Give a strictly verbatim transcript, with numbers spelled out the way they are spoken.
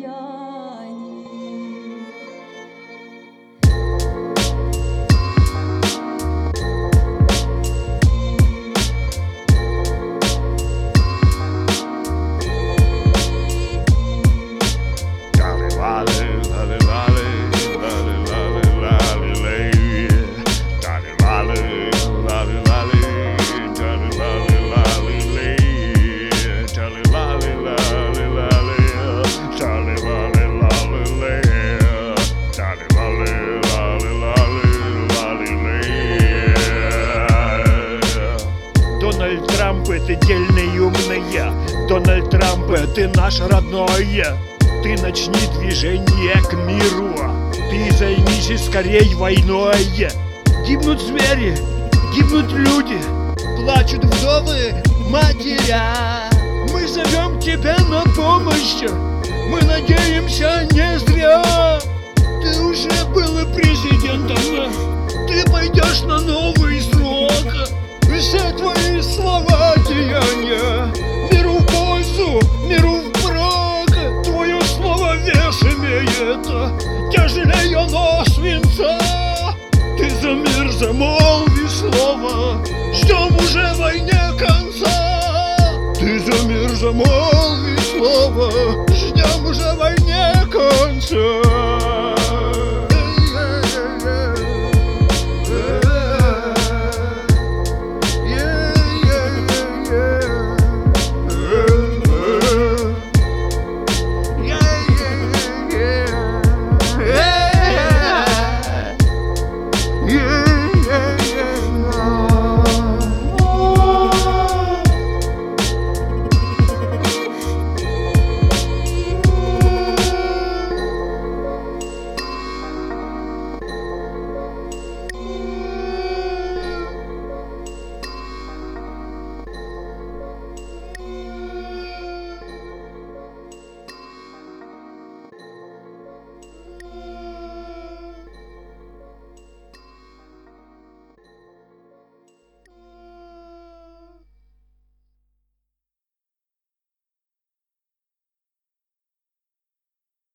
сиянии. Дональд Трамп, ты дельный и умный. Дональд Трамп, ты наш родной. Ты начни движение к миру. Ты займись скорей войной. Гибнут звери, гибнут люди, плачут вдовы, матеря. Мы зовем тебя на помощь. Мы надеемся не зря. Ты уже был президентом. Ты пойдешь на новый срок. Все твои слова деяния миру в пользу, миру впрок. Твое слово вес имеет тяжелее оно свинца. Ты за мир замолви слово, ждем уже войне конца. Ты за мир замолви слово, ждем уже войне конца.